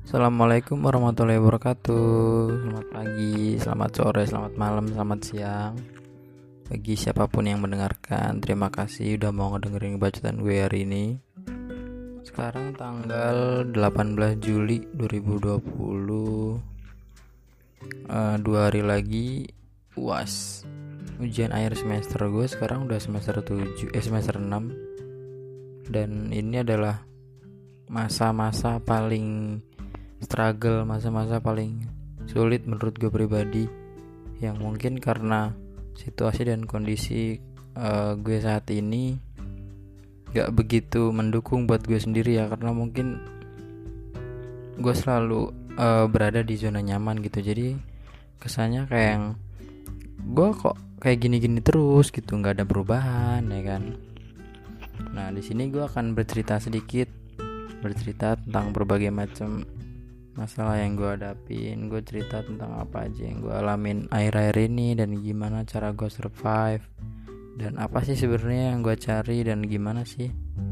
Assalamualaikum warahmatullahi wabarakatuh. Selamat pagi, selamat sore, selamat malam, selamat siang. Bagi siapapun yang mendengarkan, terima kasih udah mau ngedengerin bacotan gue hari ini. Sekarang tanggal 18 Juli 2020. 2 hari lagi UAS. Ujian akhir semester gue sekarang udah semester 6. Dan ini adalah masa-masa paling struggle, masa-masa paling sulit menurut gue pribadi, yang mungkin karena situasi dan kondisi gue saat ini gak begitu mendukung buat gue sendiri ya, karena mungkin gue selalu berada di zona nyaman gitu. Jadi kesannya kayak yang gue kok kayak gini-gini terus gitu, nggak ada perubahan ya kan. Nah di sini gue akan bercerita tentang berbagai macam masalah yang gue hadapin. Gue cerita tentang apa aja yang gue alamin akhir-akhir ini dan gimana cara gue survive, dan apa sih sebenarnya yang gue cari, dan gimana sih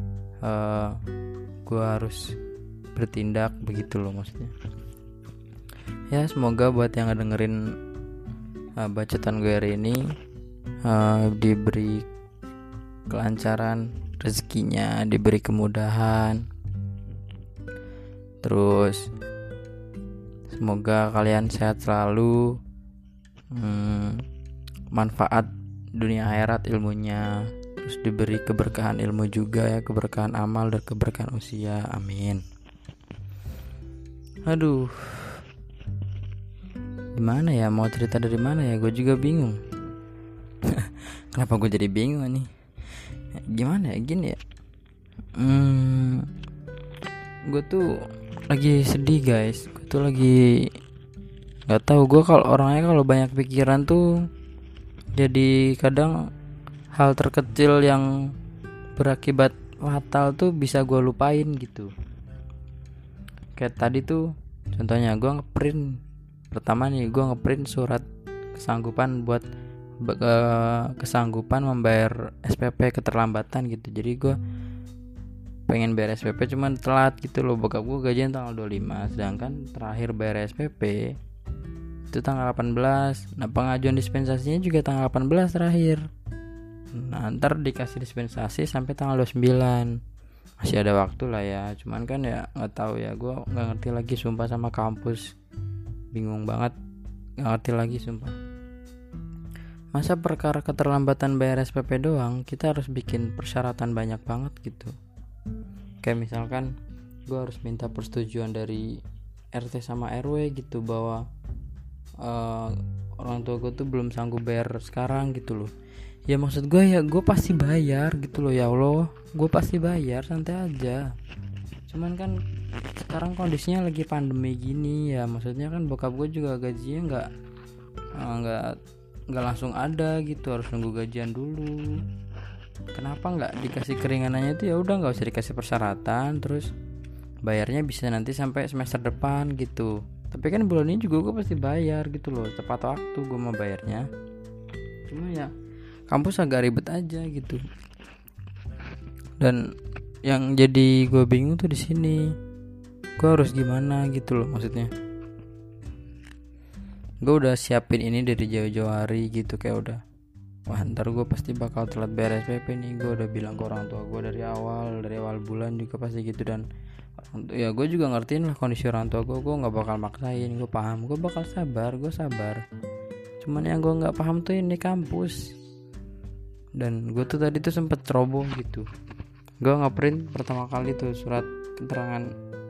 gue harus bertindak begitu loh maksudnya. Ya semoga buat yang ngedengerin bacotan gue hari ini diberi kelancaran rezekinya, diberi kemudahan, terus semoga kalian sehat selalu, manfaat dunia akhirat ilmunya, terus diberi keberkahan ilmu juga ya, keberkahan amal dan keberkahan usia, amin. Aduh, gimana ya, mau cerita dari mana ya, gue juga bingung. Kenapa gue jadi bingung nih? Gimana ya, gini ya, gue tuh lagi sedih guys. Gue tuh lagi nggak tahu, gue kalau orangnya kalau banyak pikiran tuh jadi kadang hal terkecil yang berakibat fatal tuh bisa gue lupain gitu. Kayak tadi tuh contohnya gue ngeprint surat kesanggupan buat kesanggupan membayar SPP keterlambatan gitu. Jadi gue pengen bayar SPP cuman telat gitu loh. Bokap gue gajian tanggal 25, sedangkan terakhir bayar SPP itu tanggal 18. Nah pengajuan dispensasinya juga tanggal 18 terakhir. Nah ntar dikasih dispensasi sampai tanggal 29. Masih ada waktu lah ya, cuman kan ya gak tahu ya, gue gak ngerti lagi sumpah sama kampus. Bingung banget, gak ngerti lagi sumpah. Masa perkara keterlambatan bayar SPP doang kita harus bikin persyaratan banyak banget gitu. Kayak misalkan gue harus minta persetujuan dari RT sama RW gitu, bahwa orang tua gue tuh belum sanggup bayar sekarang gitu loh. Ya maksud gue ya gue pasti bayar gitu loh, ya Allah gue pasti bayar, santai aja. Cuman kan sekarang kondisinya lagi pandemi gini ya, maksudnya kan bokap gue juga gajinya nggak langsung ada gitu, harus nunggu gajian dulu. Kenapa nggak dikasih keringanannya itu, ya udah nggak usah dikasih persyaratan, terus bayarnya bisa nanti sampai semester depan gitu. Tapi kan bulan ini juga gue pasti bayar gitu loh, tepat waktu gue mau bayarnya. Cuma ya kampus agak ribet aja gitu. Dan yang jadi gue bingung tuh di sini, gue harus gimana gitu loh maksudnya. Gue udah siapin ini dari jauh-jauh hari gitu, kayak udah, wah ntar gue pasti bakal telat bayar SPP nih. Gue udah bilang ke orang tua gue dari awal bulan juga pasti gitu. Dan ya gue juga ngertiin lah kondisi orang tua gue gak bakal maksain, gue paham, gue bakal gue sabar. Cuman yang gue gak paham tuh ini kampus. Dan gue tuh tadi tuh sempet ceroboh gitu. Gue ngeprint pertama kali tuh surat keterangan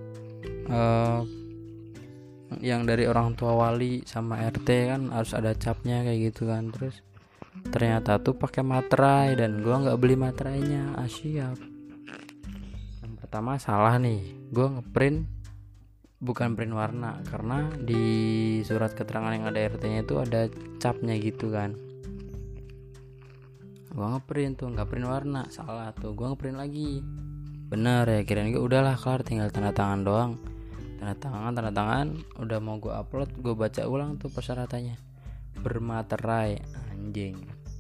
yang dari orang tua wali sama RT, kan harus ada capnya kayak gitu kan. Terus ternyata tuh pakai materai, dan gue nggak beli materainya. Siap. Yang pertama salah nih, gue ngeprint bukan print warna, karena di surat keterangan yang ada RT-nya itu ada capnya gitu kan. Gue ngeprint tuh nggak print warna, salah tuh. Gue ngeprint lagi, bener ya, kirain gue udahlah kelar, tinggal tanda tangan doang. Tanda tangan udah mau gue upload, gue baca ulang tuh persyaratannya, bermaterai. Anjing,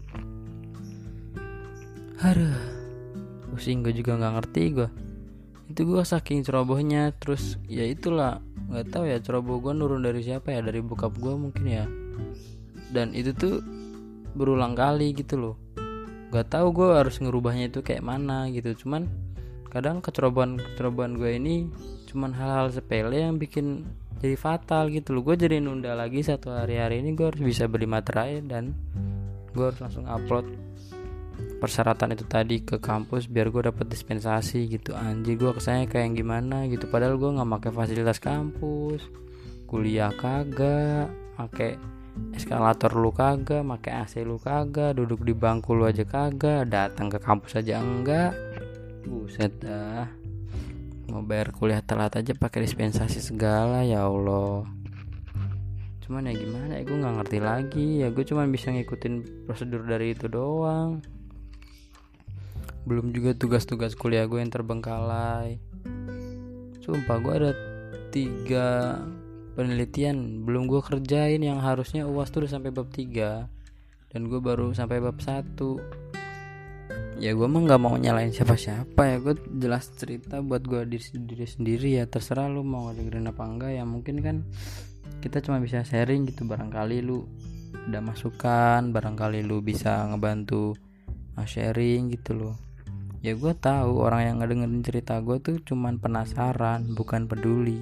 aduh pusing, gue juga nggak ngerti gue. Itu gue saking cerobohnya. Terus ya itulah, nggak tahu ya, ceroboh gue nurun dari siapa ya, dari bokap gue mungkin ya. Dan itu tuh berulang kali gitu loh. Nggak tahu gue harus ngerubahnya itu kayak mana gitu. Cuman kadang kecerobohan gue ini cuman hal-hal sepele yang bikin jadi fatal gitu loh. Gue jadi nunda lagi satu hari ini gue harus bisa beli materai dan gue harus langsung upload persyaratan itu tadi ke kampus biar gue dapet dispensasi gitu. Anjir, gue kesannya kayak yang gimana gitu, padahal gue nggak pakai fasilitas kampus, kuliah kagak, pakai eskalator lu kagak, pakai AC lu kagak, duduk di bangku lu aja kagak, datang ke kampus aja enggak. Buset dah, mau bayar kuliah telat aja pakai dispensasi segala, ya Allah. Cuman ya gimana ya, gue nggak ngerti lagi ya, gue cuman bisa ngikutin prosedur dari itu doang. Belum juga tugas-tugas kuliah gue yang terbengkalai. Sumpah gue ada 3 penelitian belum gue kerjain yang harusnya UAS tuh udah sampai bab 3 dan gue baru sampai bab 1. Ya gue mah gak mau nyalain siapa-siapa ya, gue jelas cerita buat gue diri sendiri ya. Terserah lu mau dengerin apa enggak ya, mungkin kan kita cuma bisa sharing gitu. Barangkali lu ada masukan, barangkali lu bisa ngebantu sharing gitu loh. Ya gue tahu orang yang ngedengerin cerita gue tuh cuman penasaran, bukan peduli.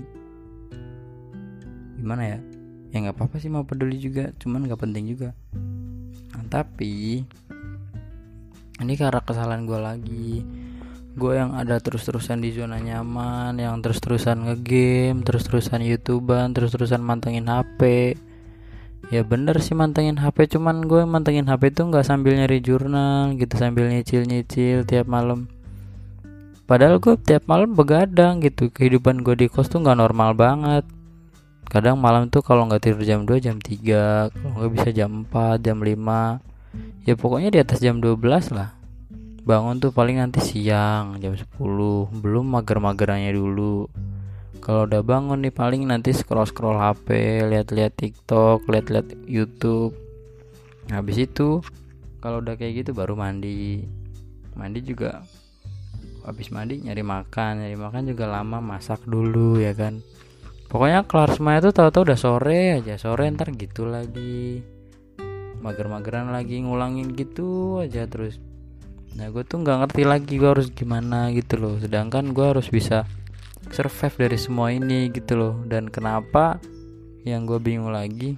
Gimana ya? Ya nggak apa-apa sih mau peduli juga, cuman nggak penting juga. Nah, tapi ini karena kesalahan gue lagi. Gue yang ada terus-terusan di zona nyaman, yang terus-terusan ngegame, terus-terusan YouTubean, terus-terusan mantengin HP. Ya bener sih mantengin HP, cuman gue mantengin HP tuh gak sambil nyari jurnal gitu, sambil nyicil-nyicil tiap malam. Padahal gue tiap malam begadang gitu. Kehidupan gue di kos tuh gak normal banget. Kadang malam tuh kalau gak tidur jam 2, jam 3, kalau gak bisa jam 4, jam 5. Ya pokoknya di atas jam 12 lah. Bangun tuh paling nanti siang, jam 10. Belum mager-magerannya dulu. Kalau udah bangun nih paling nanti scroll HP, lihat-lihat TikTok, lihat-lihat YouTube. Habis itu kalau udah kayak gitu baru mandi. Mandi juga habis mandi nyari makan juga lama, masak dulu ya kan. Pokoknya kelar semuanya tuh tahu-tahu udah sore aja. Sore ntar gitu lagi. Mager-mageran lagi, ngulangin gitu aja terus. Nah, gue tuh enggak ngerti lagi gue harus gimana gitu loh. Sedangkan gue harus bisa survive dari semua ini gitu loh. Dan kenapa yang gue bingung lagi,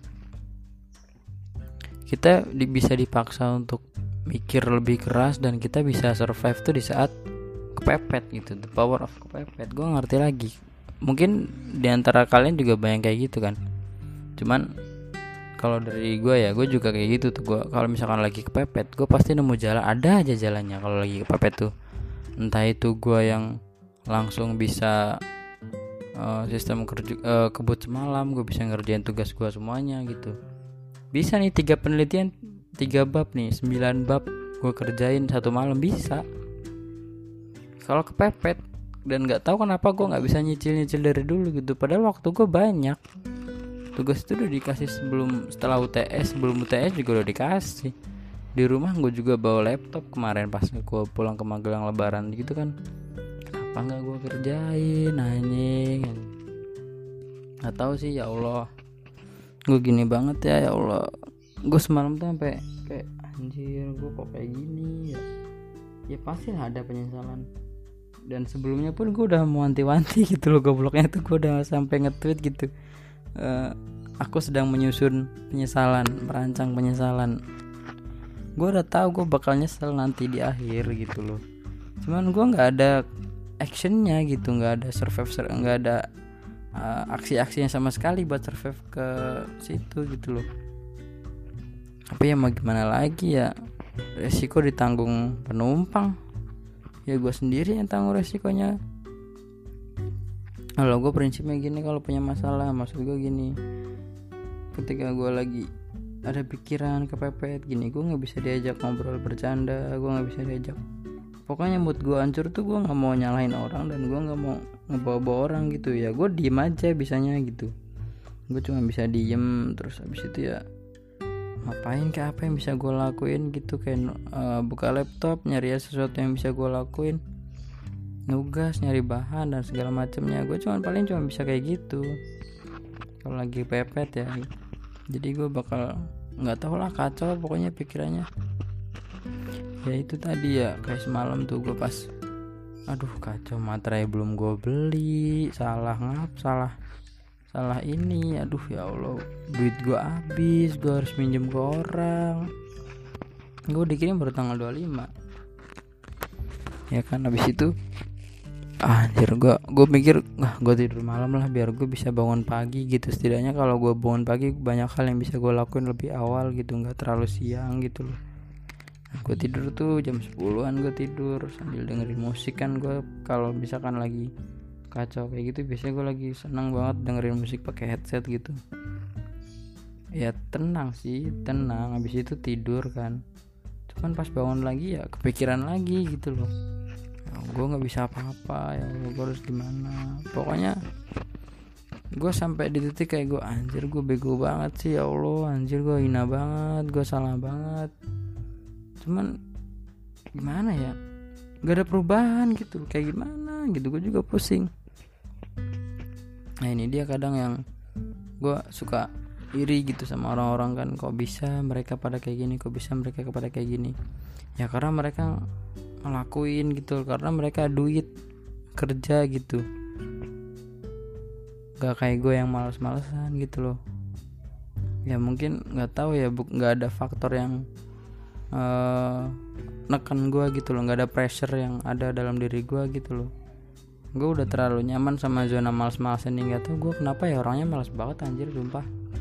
kita bisa dipaksa untuk mikir lebih keras dan kita bisa survive tuh di saat kepepet gitu. The power of kepepet. Gue ngerti lagi. Mungkin diantara kalian juga banyak kayak gitu kan. Cuman kalau dari gue ya, gue juga kayak gitu tuh. Gue kalau misalkan lagi kepepet, gue pasti nemu jalan, ada aja jalannya kalau lagi kepepet tuh. Entah itu gue yang langsung bisa sistem kerja kebut semalam, gue bisa ngerjain tugas gue semuanya gitu. Bisa nih 3 penelitian 3 bab nih, 9 bab gue kerjain satu malam bisa. Kalau kepepet dan nggak tahu kenapa gue nggak bisa nyicil dari dulu gitu, padahal waktu gue banyak. Tugas itu udah dikasih setelah UTS, sebelum UTS juga udah dikasih. Di rumah gue juga bawa laptop kemarin pas gue pulang ke Magelang lebaran gitu kan. Kenapa nggak gue kerjain anjing? Nggak tahu sih, ya Allah. Gue gini banget ya Allah. Gue semalam tuh sampai kayak anjir, gue kok kayak gini ya. Ya pasti lah ada penyesalan. Dan sebelumnya pun gue udah mewanti-wanti gitu loh, gobloknya tuh gue udah sampai nge-tweet gitu. Aku sedang menyusun penyesalan, merancang penyesalan. Gue udah tahu gue bakal nyesel nanti di akhir gitu loh. Cuman gue nggak ada actionnya gitu, nggak ada survive, nggak ada aksi-aksinya sama sekali buat survive ke situ gitu loh. Tapi ya mau gimana lagi ya, resiko ditanggung penumpang. Ya gue sendiri yang tanggung resikonya. Kalau gue prinsipnya gini, kalau punya masalah, maksud gue gini, ketika gue lagi ada pikiran kepepet gini, gue nggak bisa diajak ngobrol bercanda, gue nggak bisa diajak. Pokoknya mood gue hancur tuh, gue nggak mau nyalahin orang dan gue nggak mau ngebawa-bawa orang gitu ya. Gue diem aja bisanya gitu. Gue cuma bisa diem, terus habis itu ya ngapain, kayak apa yang bisa gue lakuin gitu, kayak buka laptop nyari sesuatu yang bisa gue lakuin. nugas, nyari bahan dan segala macamnya. Gue paling cuma bisa kayak gitu kalau lagi pepet ya. Jadi gue bakal nggak tahu lah, kacau pokoknya pikirannya. Ya itu tadi ya, kayak semalam tuh gue pas aduh kacau, materai belum gue beli, salah ini, aduh ya Allah, duit gue habis, gue harus minjem ke orang. Gue dikirim baru tanggal 25 ya kan. Habis itu anjir, gue mikir gue tidur malam lah biar gue bisa bangun pagi gitu. Setidaknya kalau gue bangun pagi banyak hal yang bisa gue lakuin lebih awal gitu, nggak terlalu siang gitu loh. Gue tidur tuh jam 10-an, gue tidur sambil dengerin musik kan. Gue kalau misalkan lagi kacau kayak gitu biasanya gue lagi senang banget dengerin musik pakai headset gitu. Ya tenang. Habis itu tidur kan. Cuman pas bangun lagi ya kepikiran lagi gitu loh. Gue nggak bisa apa-apa ya Allah, gue harus gimana. Pokoknya gue sampai di titik kayak gue anjir, gue bego banget sih ya Allah, anjir gue hina banget, gue salah banget. Cuman gimana ya, gak ada perubahan gitu, kayak gimana gitu, gue juga pusing. Nah ini dia kadang yang gue suka iri gitu sama orang-orang kan, kok bisa mereka pada kayak gini, kok bisa mereka pada kayak gini. Ya karena mereka ngelakuin gitu, karena mereka duit kerja gitu, gak kayak gue yang malas-malasan gitu loh. Ya mungkin nggak tahu ya, nggak ada faktor yang neken gue gitu loh, nggak ada pressure yang ada dalam diri gue gitu loh. Gue udah terlalu nyaman sama zona malas-malasan ini. Nggak tahu gue kenapa ya, orangnya malas banget anjir sumpah.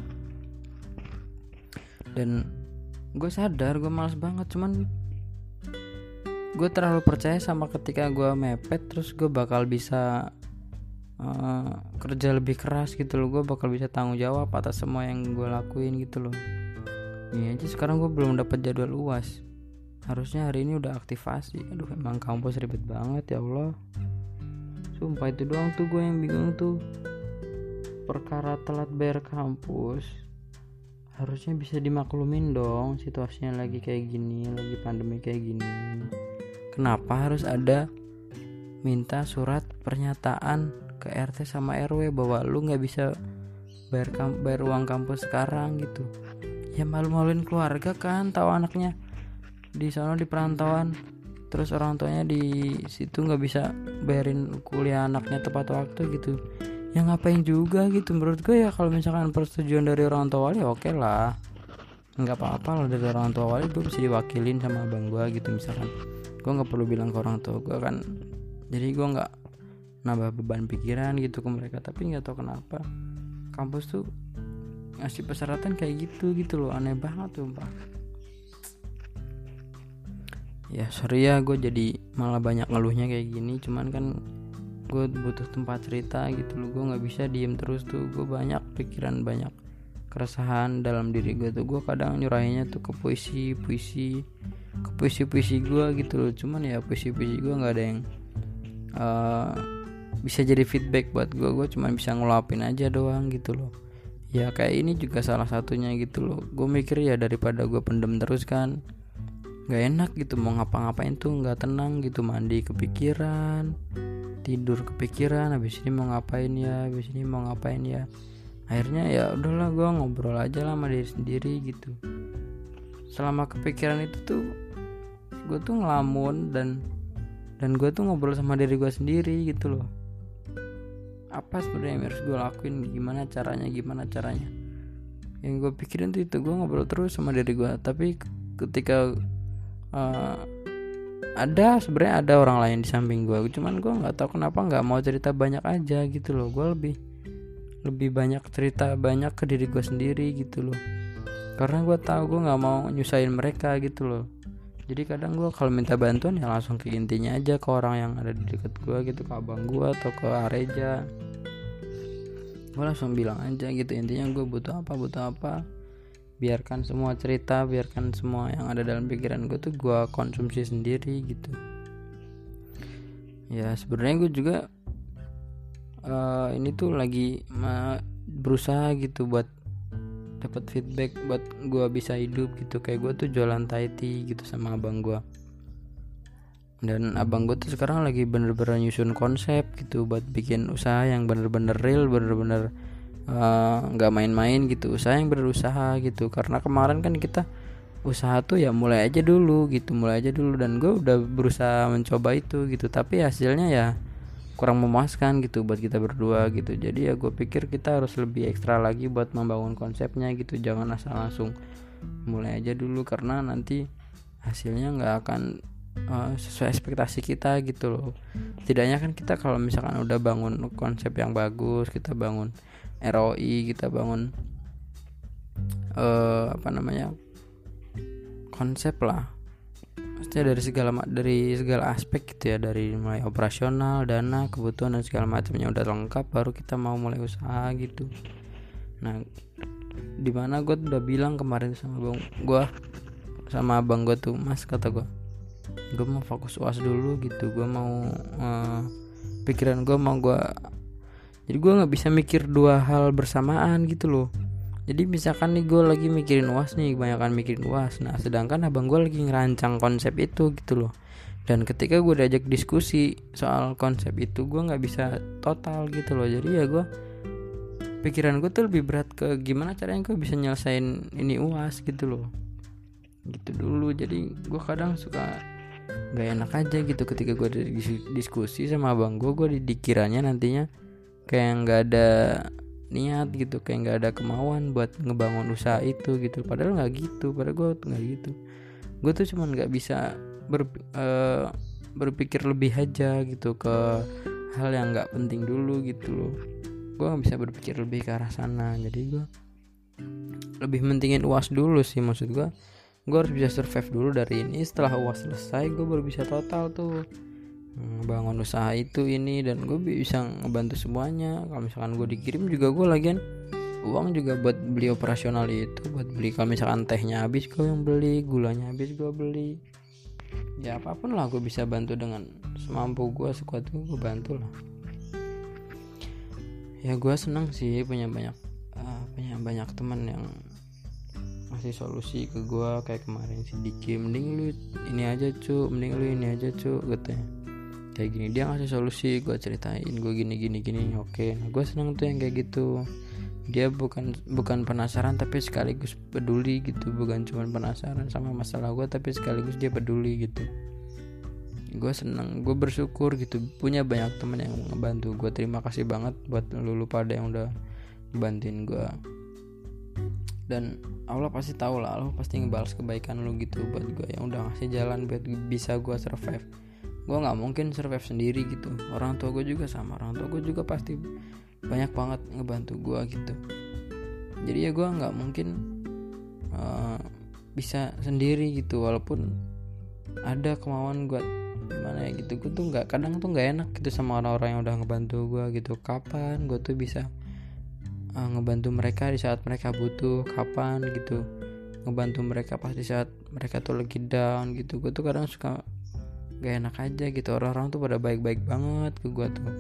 Dan gue sadar gue malas banget, cuman gue terlalu percaya sama ketika gue mepet terus gue bakal bisa kerja lebih keras gitu loh, gue bakal bisa tanggung jawab atas semua yang gue lakuin gitu loh. Ini aja sekarang gue belum dapat jadwal UAS, harusnya hari ini udah aktivasi. Aduh emang kampus ribet banget ya Allah, sumpah itu doang tuh gue yang bingung tuh. Perkara telat bayar kampus harusnya bisa dimaklumin dong, situasinya lagi kayak gini, lagi pandemi kayak gini. Kenapa harus ada minta surat pernyataan ke RT sama RW bahwa lu gak bisa bayar uang kampus sekarang gitu. Ya malu-maluin keluarga kan, tahu anaknya di sana di perantauan, terus orang tuanya di situ nggak bisa bayarin kuliah anaknya tepat waktu gitu. Ya ngapain juga gitu menurut gue ya. Kalau misalkan persetujuan dari orang tua wali oke lah, nggak apa-apa lah dari orang tua wali, gue bisa diwakilin sama abang gue gitu misalkan. Gue nggak perlu bilang ke orang tua gue kan, jadi gue nggak nambah beban pikiran gitu ke mereka. Tapi nggak tahu kenapa kampus tuh ngasih persyaratan kayak gitu loh, aneh banget tuh Pak. Ya sorry ya, gue jadi malah banyak ngeluhnya kayak gini. Cuman kan gue butuh tempat cerita gitu loh, gue nggak bisa diem terus tuh. Gue banyak pikiran, banyak keresahan dalam diri gue tuh. Gue kadang nyurahinnya tuh ke puisi gue gitu loh. Cuman ya puisi gue nggak ada yang bisa jadi feedback buat gue. Gue cuma bisa ngeluapin aja doang gitu loh. Ya kayak ini juga salah satunya gitu loh. Gue mikir ya daripada gue pendem terus kan gak enak gitu, mau ngapa-ngapain tuh gak tenang gitu. Mandi kepikiran, tidur kepikiran, habis ini mau ngapain ya. Akhirnya ya udahlah, gue ngobrol aja lah sama diri sendiri gitu. Selama kepikiran itu tuh gue tuh ngelamun dan gue tuh ngobrol sama diri gue sendiri gitu loh. Apa sebenarnya yang harus gue lakuin, gimana caranya. Yang gue pikirin tuh itu, gue ngobrol terus sama diri gue. Tapi ketika sebenarnya ada orang lain di samping gue, cuman gue nggak tahu kenapa nggak mau cerita banyak aja gitu loh. Gue lebih banyak cerita banyak ke diri gue sendiri gitu loh, karena gue tahu gue nggak mau nyusahin mereka gitu loh. Jadi kadang gue kalau minta bantuan ya langsung ke intinya aja, ke orang yang ada di dekat gue gitu, ke abang gue atau ke Areja. Gue langsung bilang aja gitu, intinya gue butuh apa. Biarkan semua cerita, biarkan semua yang ada dalam pikiran gue tuh gue konsumsi sendiri gitu. Ya sebenarnya gue juga ini tuh lagi berusaha gitu buat dapat feedback buat gue bisa hidup gitu. Kayak gue tuh jualan Thai tea gitu sama abang gue. Dan abang gue tuh sekarang lagi bener-bener nyusun konsep gitu buat bikin usaha yang bener-bener real, bener-bener nggak main-main gitu, usaha yang berusaha gitu. Karena kemarin kan kita usaha tuh ya mulai aja dulu gitu, dan gue udah berusaha mencoba itu gitu, tapi hasilnya ya kurang memuaskan gitu buat kita berdua gitu. Jadi ya gue pikir kita harus lebih ekstra lagi buat membangun konsepnya gitu, jangan asal langsung mulai aja dulu, karena nanti hasilnya nggak akan sesuai ekspektasi kita gitu loh. Setidaknya kan kita kalau misalkan udah bangun konsep yang bagus, kita bangun ROI, kita bangun konsep lah, maksudnya dari segala aspek gitu ya, dari mulai operasional, dana, kebutuhan dan segala macamnya udah lengkap, baru kita mau mulai usaha gitu. Nah, dimana gue udah bilang kemarin sama abang gue tuh, mas, kata gue mau fokus UAS dulu gitu, gue mau pikiran gue jadi gue nggak bisa mikir dua hal bersamaan gitu loh. Jadi misalkan nih gue lagi mikirin UAS nih, kebanyakan mikirin UAS, nah sedangkan abang gue lagi ngerancang konsep itu gitu loh. Dan ketika gue diajak diskusi soal konsep itu, gue nggak bisa total gitu loh. Jadi ya pikiran gue tuh lebih berat ke gimana caranya gue bisa nyelesain ini UAS gitu loh, gitu dulu. Jadi gue kadang suka gak enak aja gitu ketika gue diskusi sama abang gue dikiranya nantinya kayak gak ada niat gitu, kayak gak ada kemauan buat ngebangun usaha itu gitu. Padahal gak gitu, padahal gue gak gitu. Gue tuh cuman gak bisa berpikir lebih aja gitu ke hal yang gak penting dulu gitu loh. Gue gak bisa berpikir lebih ke arah sana. Jadi gue lebih mentingin UAS dulu sih, maksud gue harus bisa survive dulu dari ini. Setelah UAS selesai, gue baru bisa total tuh bangun usaha itu ini, dan gue bisa ngebantu semuanya. Kalau misalkan gue dikirim juga, gue lagian uang juga buat beli operasional itu, buat beli kalau misalkan tehnya habis gue yang beli, gulanya habis gue beli, ya apapun lah gue bisa bantu dengan semampu gue, sekuat gue bantu lah. Ya gue senang sih punya banyak teman yang ngasih solusi ke gue, kayak kemarin si Diki, mending lu ini aja cu, katanya kayak gini. Dia ngasih solusi, gue ceritain gue gini. Oke, nah gue seneng tuh yang kayak gitu. Dia bukan penasaran tapi sekaligus peduli gitu, bukan cuma penasaran sama masalah gue tapi sekaligus dia peduli gitu. Gue seneng, gue bersyukur gitu punya banyak teman yang ngebantu gue. Terima kasih banget buat lu pada yang udah ngebantuin gue. Dan Allah pasti tahu lah, Allah pasti ngebalas kebaikan lu gitu buat gue, yang udah ngasih jalan buat bisa gue survive. Gue nggak mungkin survive sendiri gitu. Orang tua gue juga sama, orang tua gue juga pasti banyak banget ngebantu gue gitu. Jadi ya gue nggak mungkin bisa sendiri gitu, walaupun ada kemauan gue gimana ya gitu. Gue tuh kadang tuh nggak enak gitu sama orang-orang yang udah ngebantu gue gitu. Kapan gue tuh bisa ngebantu mereka di saat mereka butuh, kapan gitu ngebantu mereka pas di saat mereka tuh lagi down gitu. Gue tuh kadang suka gak enak aja gitu. Orang-orang tuh pada baik-baik banget ke gue tuh,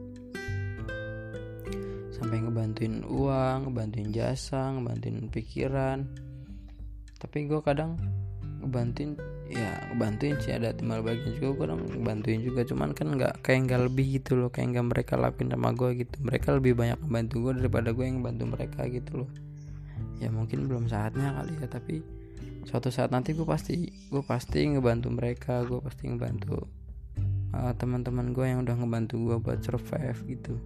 sampai ngebantuin uang, ngebantuin jasa, ngebantuin pikiran. Tapi gue kadang ngebantuin sih, ada timbal bagian juga. Gue kadang ngebantuin juga, cuman kan nggak lebih gitu loh, kayak nggak mereka lakuin sama gue gitu. Mereka lebih banyak ngebantu gue daripada gue yang ngebantu mereka gitu loh. Ya mungkin belum saatnya kali ya, tapi suatu saat nanti gue pasti ngebantu mereka. Gue pasti ngebantu teman-teman gue yang udah ngebantu gue buat survive gitu.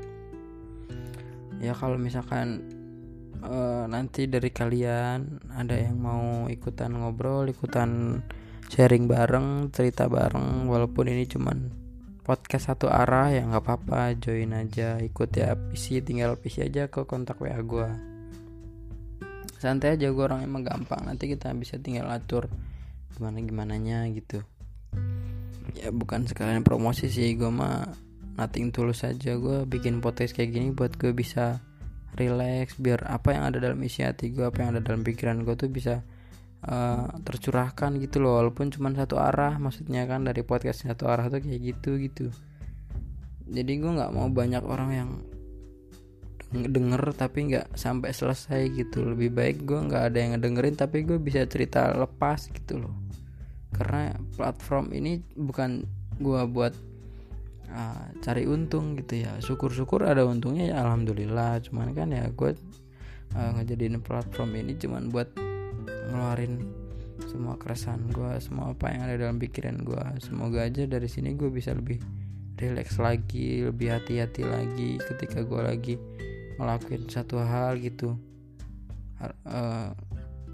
Ya kalau misalkan nanti dari kalian ada yang mau ikutan ngobrol, ikutan sharing bareng, cerita bareng, walaupun ini cuman podcast satu arah, ya nggak apa-apa, join aja, ikut ya. Tinggal PC aja ke kontak WA gue. Santai aja, gue orang emang gampang. Nanti kita bisa tinggal atur gimana-gimananya gitu. Ya bukan sekalian promosi sih, gue mah nothing tulus aja. Gue bikin podcast kayak gini buat gue bisa relax, biar apa yang ada dalam isi hati gue, apa yang ada dalam pikiran gue tuh bisa tercurahkan gitu loh. Walaupun cuma satu arah, maksudnya kan dari podcast satu arah tuh kayak gitu. Jadi gue nggak mau banyak orang yang denger tapi nggak sampai selesai gitu. Lebih baik gue nggak ada yang ngedengerin tapi gue bisa cerita lepas gitu loh. Karena platform ini bukan gue buat cari untung gitu ya. Syukur-syukur ada untungnya ya, alhamdulillah. Cuman kan ya gue ngejadiin platform ini cuman buat ngeluarin semua keresahan gue, semua apa yang ada dalam pikiran gue. Semoga aja dari sini gue bisa lebih relax lagi, lebih hati-hati lagi ketika gue lagi ngelakuin satu hal gitu.